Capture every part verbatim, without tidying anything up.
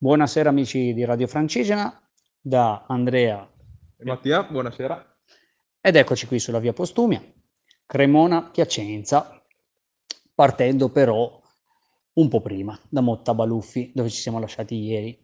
Buonasera amici di Radio Francigena, da Andrea E Mattia, buonasera. ed eccoci qui sulla via Postumia, Cremona-Piacenza, partendo però un po' prima, da Mottabaluffi, dove ci siamo lasciati ieri.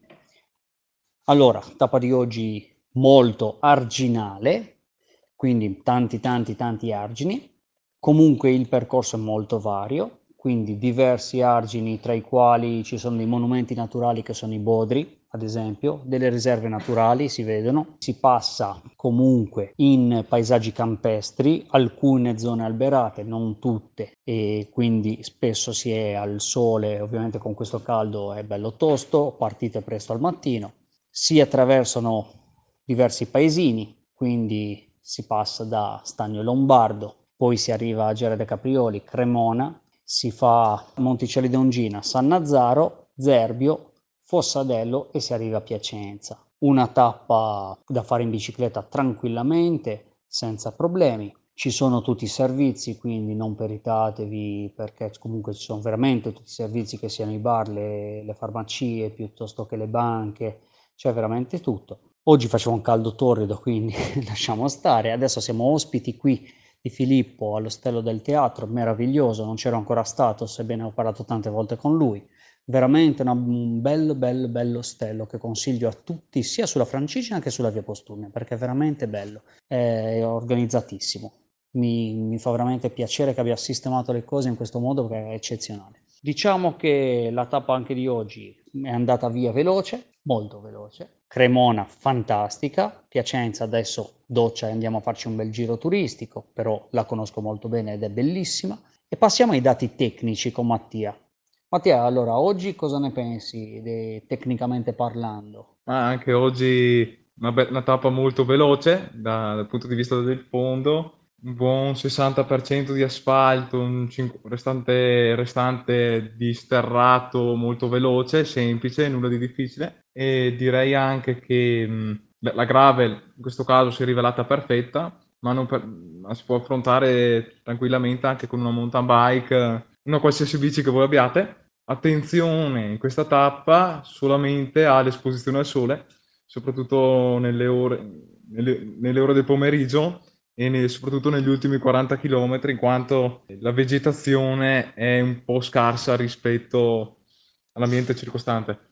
Allora, tappa di oggi molto arginale, quindi tanti tanti tanti argini. Comunque il percorso è molto vario, quindi diversi argini tra i quali ci sono dei monumenti naturali che sono i Bodri, ad esempio, delle riserve naturali si vedono. Si passa comunque in paesaggi campestri, alcune zone alberate, non tutte, e quindi spesso si è al sole, ovviamente con questo caldo è bello tosto, partite presto al mattino. Si attraversano diversi paesini, quindi si passa da Stagno Lombardo, poi si arriva a Gera de Caprioli, Cremona, si fa Monticelli d'Ongina, San Nazzaro, Zerbio, Fossadello e si arriva a Piacenza. Una tappa da fare in bicicletta tranquillamente, senza problemi. Ci sono tutti i servizi, quindi non peritatevi perché comunque ci sono veramente tutti i servizi, che siano i bar, le, le farmacie, piuttosto che le banche, c'è veramente tutto. Oggi faceva un caldo torrido, quindi lasciamo stare. Adesso siamo ospiti qui di Filippo all'Ostello del Teatro, meraviglioso, non c'ero ancora stato, sebbene ho parlato tante volte con lui. Veramente una- un bello, bello, bello ostello che consiglio a tutti, sia sulla Francigena che sulla Via Postumia, perché è veramente bello, è organizzatissimo. Mi, mi fa veramente piacere che abbia sistemato le cose in questo modo perché è eccezionale. Diciamo che la tappa anche di oggi è andata via veloce, molto veloce. Cremona fantastica, Piacenza adesso doccia e andiamo a farci un bel giro turistico, però la conosco molto bene ed è bellissima. E passiamo ai dati tecnici con Mattia. Mattia, allora oggi cosa ne pensi de- tecnicamente parlando? Ma anche oggi una, be- una tappa molto veloce da- dal punto di vista del fondo, un buon sessanta per cento di asfalto, un cinque restante, restante di sterrato molto veloce, semplice, nulla di difficile. E direi anche che mh, beh, la gravel in questo caso si è rivelata perfetta, ma, non per- ma si può affrontare tranquillamente anche con una mountain bike, una qualsiasi bici che voi abbiate. Attenzione in questa tappa solamente all'esposizione al sole, soprattutto nelle ore, nelle, nelle ore del pomeriggio e ne- soprattutto negli ultimi quaranta chilometri, in quanto la vegetazione è un po' scarsa rispetto all'ambiente circostante.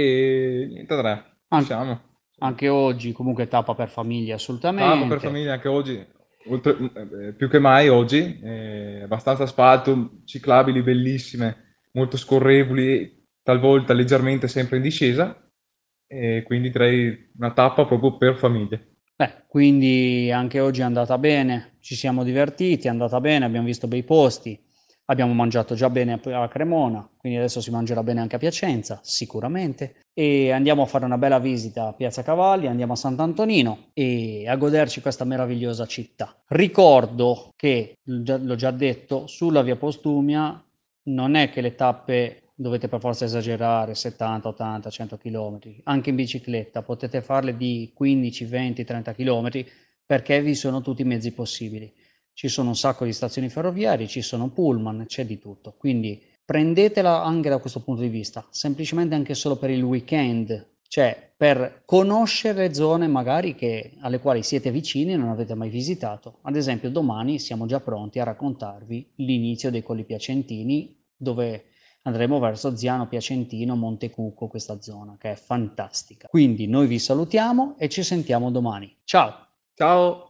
E niente, Andrea, ci An- siamo. Insomma. Anche oggi comunque tappa per famiglie Tappa per assolutamente. famiglia anche oggi, oltre- eh, più che mai oggi, eh, abbastanza asfalto, ciclabili bellissime, molto scorrevoli, talvolta leggermente sempre in discesa, e quindi direi una tappa proprio per famiglie. Beh, quindi anche oggi è andata bene, ci siamo divertiti, è andata bene, abbiamo visto bei posti, abbiamo mangiato già bene a Cremona, quindi adesso si mangerà bene anche a Piacenza, sicuramente. E andiamo a fare una bella visita a Piazza Cavalli, andiamo a Sant'Antonino e a goderci questa meravigliosa città. Ricordo che, l'ho già l'ho già detto, sulla via Postumia non è che le tappe dovete per forza esagerare, settanta, ottanta, cento chilometri. Anche in bicicletta potete farle di quindici, venti, trenta chilometri perché vi sono tutti i mezzi possibili. Ci sono un sacco di stazioni ferroviarie, ci sono pullman, c'è di tutto. Quindi prendetela anche da questo punto di vista, semplicemente anche solo per il weekend, cioè per conoscere zone magari che, alle quali siete vicini e non avete mai visitato. Ad esempio, domani siamo già pronti a raccontarvi l'inizio dei Colli Piacentini, dove andremo verso Ziano Piacentino, Montecucco, questa zona che è fantastica. Quindi noi vi salutiamo e ci sentiamo domani. Ciao! Ciao!